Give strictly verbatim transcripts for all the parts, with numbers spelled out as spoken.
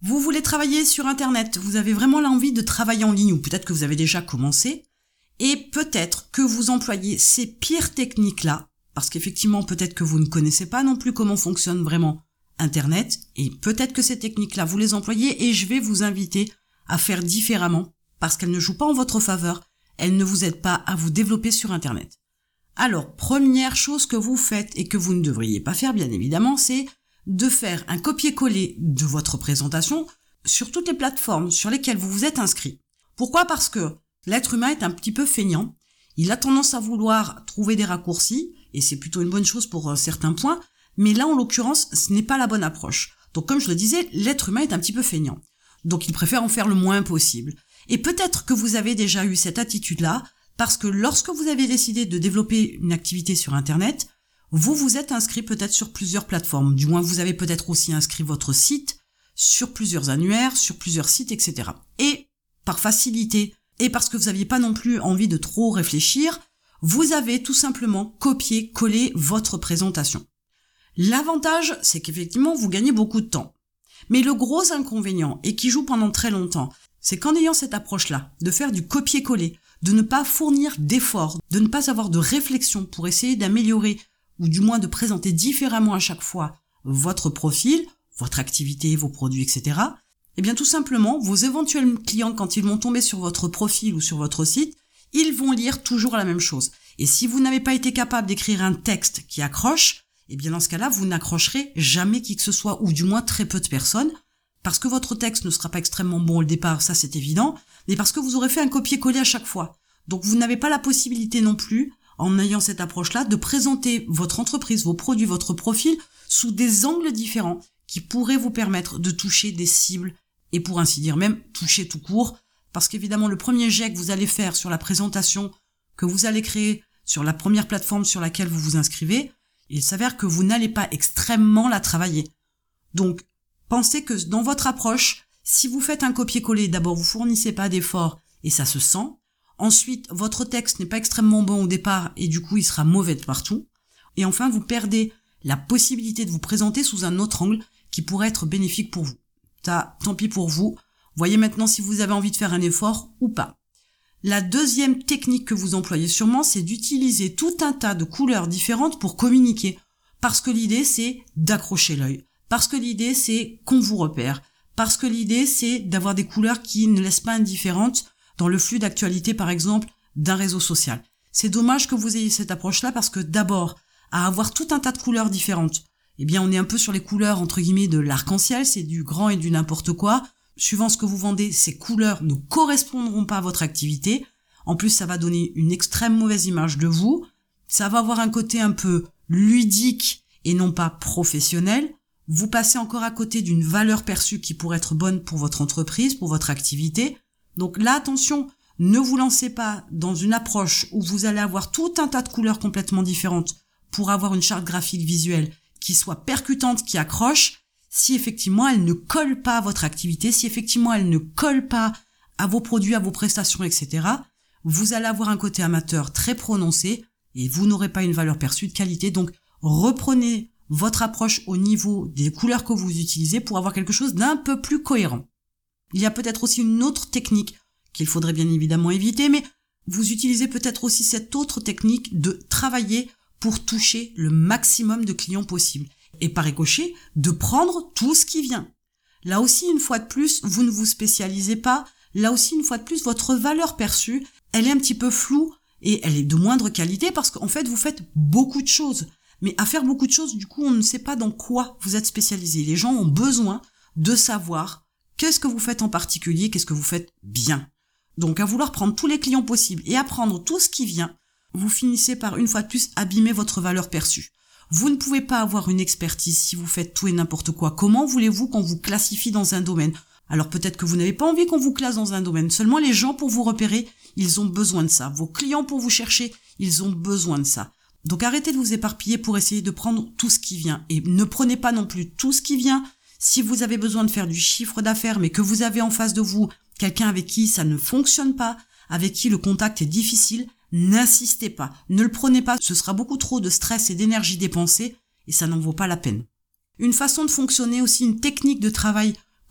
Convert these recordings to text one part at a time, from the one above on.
Vous voulez travailler sur Internet, vous avez vraiment l'envie de travailler en ligne, ou peut-être que vous avez déjà commencé, et peut-être que vous employez ces pires techniques-là, parce qu'effectivement, peut-être que vous ne connaissez pas non plus comment fonctionne vraiment Internet, et peut-être que ces techniques-là, vous les employez, et je vais vous inviter à faire différemment, parce qu'elles ne jouent pas en votre faveur, elles ne vous aident pas à vous développer sur Internet. Alors, première chose que vous faites, et que vous ne devriez pas faire, bien évidemment, c'est de faire un copier-coller de votre présentation sur toutes les plateformes sur lesquelles vous vous êtes inscrit. Pourquoi ? Parce que l'être humain est un petit peu feignant, il a tendance à vouloir trouver des raccourcis, et c'est plutôt une bonne chose pour euh, certains points, mais là, en l'occurrence, ce n'est pas la bonne approche. Donc, comme je le disais, l'être humain est un petit peu feignant. Donc, il préfère en faire le moins possible. Et peut-être que vous avez déjà eu cette attitude-là, parce que lorsque vous avez décidé de développer une activité sur Internet, vous vous êtes inscrit peut-être sur plusieurs plateformes. Du moins, vous avez peut-être aussi inscrit votre site sur plusieurs annuaires, sur plusieurs sites, et cetera. Et par facilité, et parce que vous n'aviez pas non plus envie de trop réfléchir, vous avez tout simplement copié-collé votre présentation. L'avantage, c'est qu'effectivement, vous gagnez beaucoup de temps. Mais le gros inconvénient, et qui joue pendant très longtemps, c'est qu'en ayant cette approche-là, de faire du copier-coller, de ne pas fournir d'efforts, de ne pas avoir de réflexion pour essayer d'améliorer, ou du moins de présenter différemment à chaque fois votre profil, votre activité, vos produits, et cetera, eh bien tout simplement, vos éventuels clients, quand ils vont tomber sur votre profil ou sur votre site, ils vont lire toujours la même chose. Et si vous n'avez pas été capable d'écrire un texte qui accroche, eh bien dans ce cas-là, vous n'accrocherez jamais qui que ce soit, ou du moins très peu de personnes, parce que votre texte ne sera pas extrêmement bon au départ, ça c'est évident, mais parce que vous aurez fait un copier-coller à chaque fois. Donc vous n'avez pas la possibilité non plus, en ayant cette approche-là, de présenter votre entreprise, vos produits, votre profil, sous des angles différents, qui pourraient vous permettre de toucher des cibles, et pour ainsi dire même, toucher tout court, parce qu'évidemment le premier jet que vous allez faire sur la présentation que vous allez créer sur la première plateforme sur laquelle vous vous inscrivez, il s'avère que vous n'allez pas extrêmement la travailler. Donc, pensez que dans votre approche, si vous faites un copier-coller, d'abord vous fournissez pas d'efforts et ça se sent. Ensuite, votre texte n'est pas extrêmement bon au départ et du coup il sera mauvais de partout. Et enfin, vous perdez la possibilité de vous présenter sous un autre angle qui pourrait être bénéfique pour vous. Ça, tant pis pour vous. Voyez maintenant si vous avez envie de faire un effort ou pas. La deuxième technique que vous employez sûrement, c'est d'utiliser tout un tas de couleurs différentes pour communiquer. Parce que l'idée, c'est d'accrocher l'œil. Parce que l'idée, c'est qu'on vous repère. Parce que l'idée, c'est d'avoir des couleurs qui ne laissent pas indifférentes dans le flux d'actualité, par exemple, d'un réseau social. C'est dommage que vous ayez cette approche-là parce que d'abord, à avoir tout un tas de couleurs différentes, eh bien, on est un peu sur les couleurs, entre guillemets, de l'arc-en-ciel, c'est du grand et du n'importe quoi. Suivant ce que vous vendez, ces couleurs ne correspondront pas à votre activité. En plus, ça va donner une extrême mauvaise image de vous. Ça va avoir un côté un peu ludique et non pas professionnel. Vous passez encore à côté d'une valeur perçue qui pourrait être bonne pour votre entreprise, pour votre activité. Donc là, attention, ne vous lancez pas dans une approche où vous allez avoir tout un tas de couleurs complètement différentes pour avoir une charte graphique visuelle qui soit percutante, qui accroche. Si effectivement elle ne colle pas à votre activité, si effectivement elle ne colle pas à vos produits, à vos prestations, et cetera, vous allez avoir un côté amateur très prononcé et vous n'aurez pas une valeur perçue de qualité. Donc, reprenez votre approche au niveau des couleurs que vous utilisez pour avoir quelque chose d'un peu plus cohérent. Il y a peut-être aussi une autre technique qu'il faudrait bien évidemment éviter, mais vous utilisez peut-être aussi cette autre technique de travailler pour toucher le maximum de clients possible. Et par ricochet, de prendre tout ce qui vient. Là aussi, une fois de plus, vous ne vous spécialisez pas. Là aussi, une fois de plus, votre valeur perçue, elle est un petit peu floue et elle est de moindre qualité parce qu'en fait, vous faites beaucoup de choses. Mais à faire beaucoup de choses, du coup, on ne sait pas dans quoi vous êtes spécialisé. Les gens ont besoin de savoir qu'est-ce que vous faites en particulier, qu'est-ce que vous faites bien. Donc, à vouloir prendre tous les clients possibles et apprendre tout ce qui vient, vous finissez par, une fois de plus, abîmer votre valeur perçue. Vous ne pouvez pas avoir une expertise si vous faites tout et n'importe quoi. Comment voulez-vous qu'on vous classifie dans un domaine ? Alors peut-être que vous n'avez pas envie qu'on vous classe dans un domaine. Seulement les gens pour vous repérer, ils ont besoin de ça. Vos clients pour vous chercher, ils ont besoin de ça. Donc arrêtez de vous éparpiller pour essayer de prendre tout ce qui vient. Et ne prenez pas non plus tout ce qui vient. Si vous avez besoin de faire du chiffre d'affaires, mais que vous avez en face de vous quelqu'un avec qui ça ne fonctionne pas, avec qui le contact est difficile, n'insistez pas, ne le prenez pas, ce sera beaucoup trop de stress et d'énergie dépensée et ça n'en vaut pas la peine. Une façon de fonctionner aussi, une technique de travail que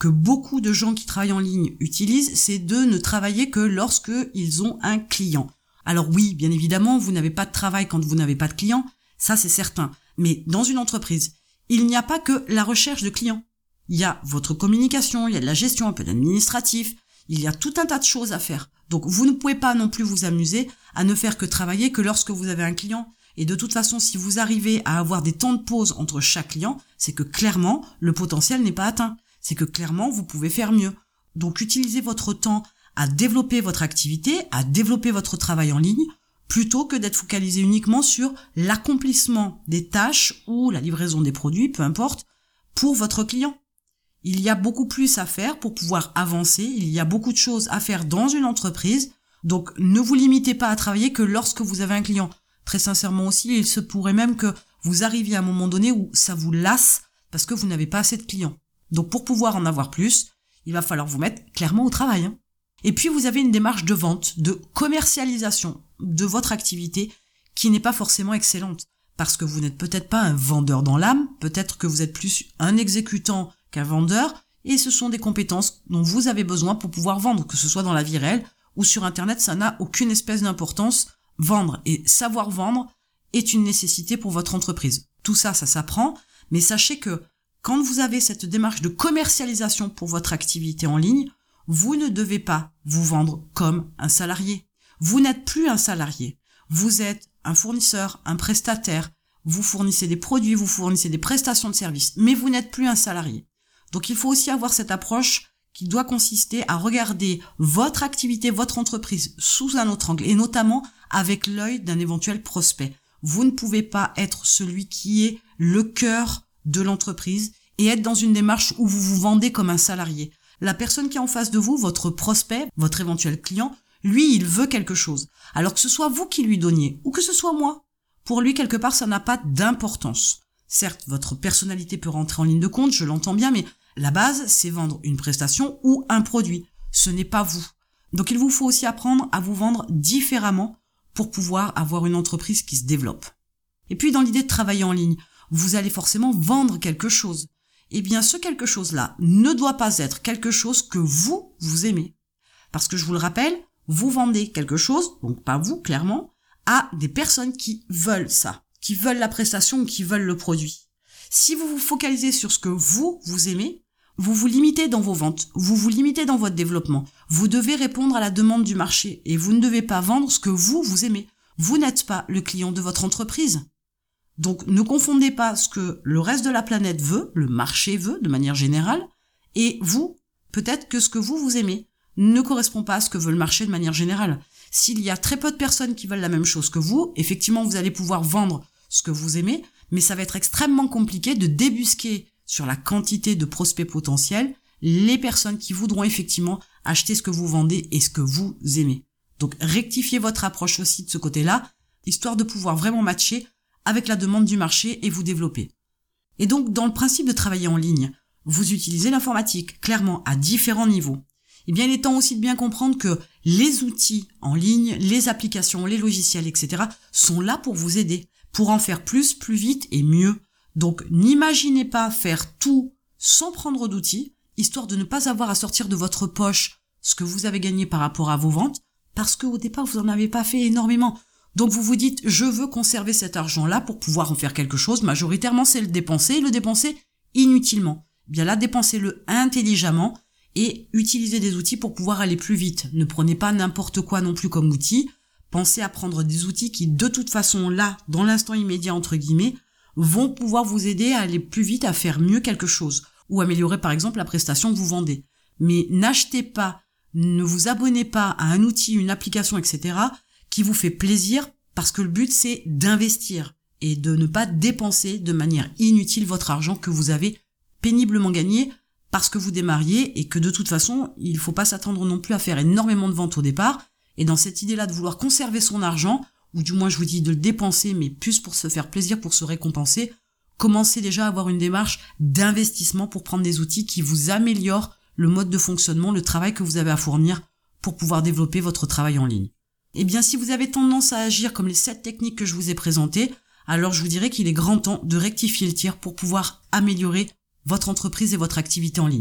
que beaucoup de gens qui travaillent en ligne utilisent, c'est de ne travailler que lorsque ils ont un client. Alors oui, bien évidemment, vous n'avez pas de travail quand vous n'avez pas de client, ça c'est certain. Mais dans une entreprise, il n'y a pas que la recherche de clients. Il y a votre communication, il y a de la gestion, un peu d'administratif, il y a tout un tas de choses à faire. Donc vous ne pouvez pas non plus vous amuser à ne faire que travailler que lorsque vous avez un client. Et de toute façon, si vous arrivez à avoir des temps de pause entre chaque client, c'est que clairement, le potentiel n'est pas atteint. C'est que clairement, vous pouvez faire mieux. Donc utilisez votre temps à développer votre activité, à développer votre travail en ligne, plutôt que d'être focalisé uniquement sur l'accomplissement des tâches ou la livraison des produits, peu importe, pour votre client. Il y a beaucoup plus à faire pour pouvoir avancer, il y a beaucoup de choses à faire dans une entreprise, donc ne vous limitez pas à travailler que lorsque vous avez un client. Très sincèrement aussi, il se pourrait même que vous arriviez à un moment donné où ça vous lasse parce que vous n'avez pas assez de clients. Donc pour pouvoir en avoir plus, il va falloir vous mettre clairement au travail. Hein. Et puis vous avez une démarche de vente, de commercialisation de votre activité qui n'est pas forcément excellente. Parce que vous n'êtes peut-être pas un vendeur dans l'âme, peut-être que vous êtes plus un exécutant qu'un vendeur, et ce sont des compétences dont vous avez besoin pour pouvoir vendre, que ce soit dans la vie réelle ou sur Internet, ça n'a aucune espèce d'importance. Vendre et savoir vendre est une nécessité pour votre entreprise. Tout ça, ça s'apprend, mais sachez que quand vous avez cette démarche de commercialisation pour votre activité en ligne, vous ne devez pas vous vendre comme un salarié. Vous n'êtes plus un salarié. Vous êtes un fournisseur, un prestataire. Vous fournissez des produits, vous fournissez des prestations de services, mais vous n'êtes plus un salarié. Donc il faut aussi avoir cette approche qui doit consister à regarder votre activité, votre entreprise sous un autre angle, et notamment avec l'œil d'un éventuel prospect. Vous ne pouvez pas être celui qui est le cœur de l'entreprise et être dans une démarche où vous vous vendez comme un salarié. La personne qui est en face de vous, votre prospect, votre éventuel client, lui, il veut quelque chose. Alors que ce soit vous qui lui donniez ou que ce soit moi, pour lui, quelque part, ça n'a pas d'importance. Certes, votre personnalité peut rentrer en ligne de compte, je l'entends bien, mais la base, c'est vendre une prestation ou un produit. Ce n'est pas vous. Donc il vous faut aussi apprendre à vous vendre différemment pour pouvoir avoir une entreprise qui se développe. Et puis dans l'idée de travailler en ligne, vous allez forcément vendre quelque chose. Eh bien ce quelque chose-là ne doit pas être quelque chose que vous, vous aimez. Parce que je vous le rappelle, vous vendez quelque chose, donc pas vous clairement, à des personnes qui veulent ça, qui veulent la prestation ou qui veulent le produit. Si vous vous focalisez sur ce que vous, vous aimez, vous vous limitez dans vos ventes, vous vous limitez dans votre développement. Vous devez répondre à la demande du marché et vous ne devez pas vendre ce que vous, vous aimez. Vous n'êtes pas le client de votre entreprise. Donc ne confondez pas ce que le reste de la planète veut, le marché veut de manière générale, et vous, peut-être que ce que vous, vous aimez ne correspond pas à ce que veut le marché de manière générale. S'il y a très peu de personnes qui veulent la même chose que vous, effectivement vous allez pouvoir vendre ce que vous aimez, mais ça va être extrêmement compliqué de débusquer sur la quantité de prospects potentiels, les personnes qui voudront effectivement acheter ce que vous vendez et ce que vous aimez. Donc rectifiez votre approche aussi de ce côté-là, histoire de pouvoir vraiment matcher avec la demande du marché et vous développer. Et donc dans le principe de travailler en ligne, vous utilisez l'informatique, clairement à différents niveaux. Eh bien il est temps aussi de bien comprendre que les outils en ligne, les applications, les logiciels, et cetera sont là pour vous aider, pour en faire plus, plus vite et mieux. Donc, n'imaginez pas faire tout sans prendre d'outils, histoire de ne pas avoir à sortir de votre poche ce que vous avez gagné par rapport à vos ventes, parce qu'au départ, vous n'en avez pas fait énormément. Donc, vous vous dites, je veux conserver cet argent-là pour pouvoir en faire quelque chose. Majoritairement, c'est le dépenser, et le dépenser inutilement. Eh bien là, dépensez-le intelligemment et utilisez des outils pour pouvoir aller plus vite. Ne prenez pas n'importe quoi non plus comme outil. Pensez à prendre des outils qui, de toute façon, là, dans l'instant immédiat, entre guillemets, vont pouvoir vous aider à aller plus vite, à faire mieux quelque chose, ou améliorer par exemple la prestation que vous vendez. Mais n'achetez pas, ne vous abonnez pas à un outil, une application, et cetera qui vous fait plaisir, parce que le but c'est d'investir et de ne pas dépenser de manière inutile votre argent que vous avez péniblement gagné parce que vous démarriez et que de toute façon, il faut pas s'attendre non plus à faire énormément de ventes au départ. Et dans cette idée-là de vouloir conserver son argent, ou du moins je vous dis de le dépenser, mais plus pour se faire plaisir, pour se récompenser, commencez déjà à avoir une démarche d'investissement pour prendre des outils qui vous améliorent le mode de fonctionnement, le travail que vous avez à fournir pour pouvoir développer votre travail en ligne. Eh bien, si vous avez tendance à agir comme les sept techniques que je vous ai présentées, alors je vous dirais qu'il est grand temps de rectifier le tir pour pouvoir améliorer votre entreprise et votre activité en ligne.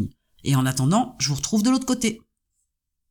Et en attendant, je vous retrouve de l'autre côté.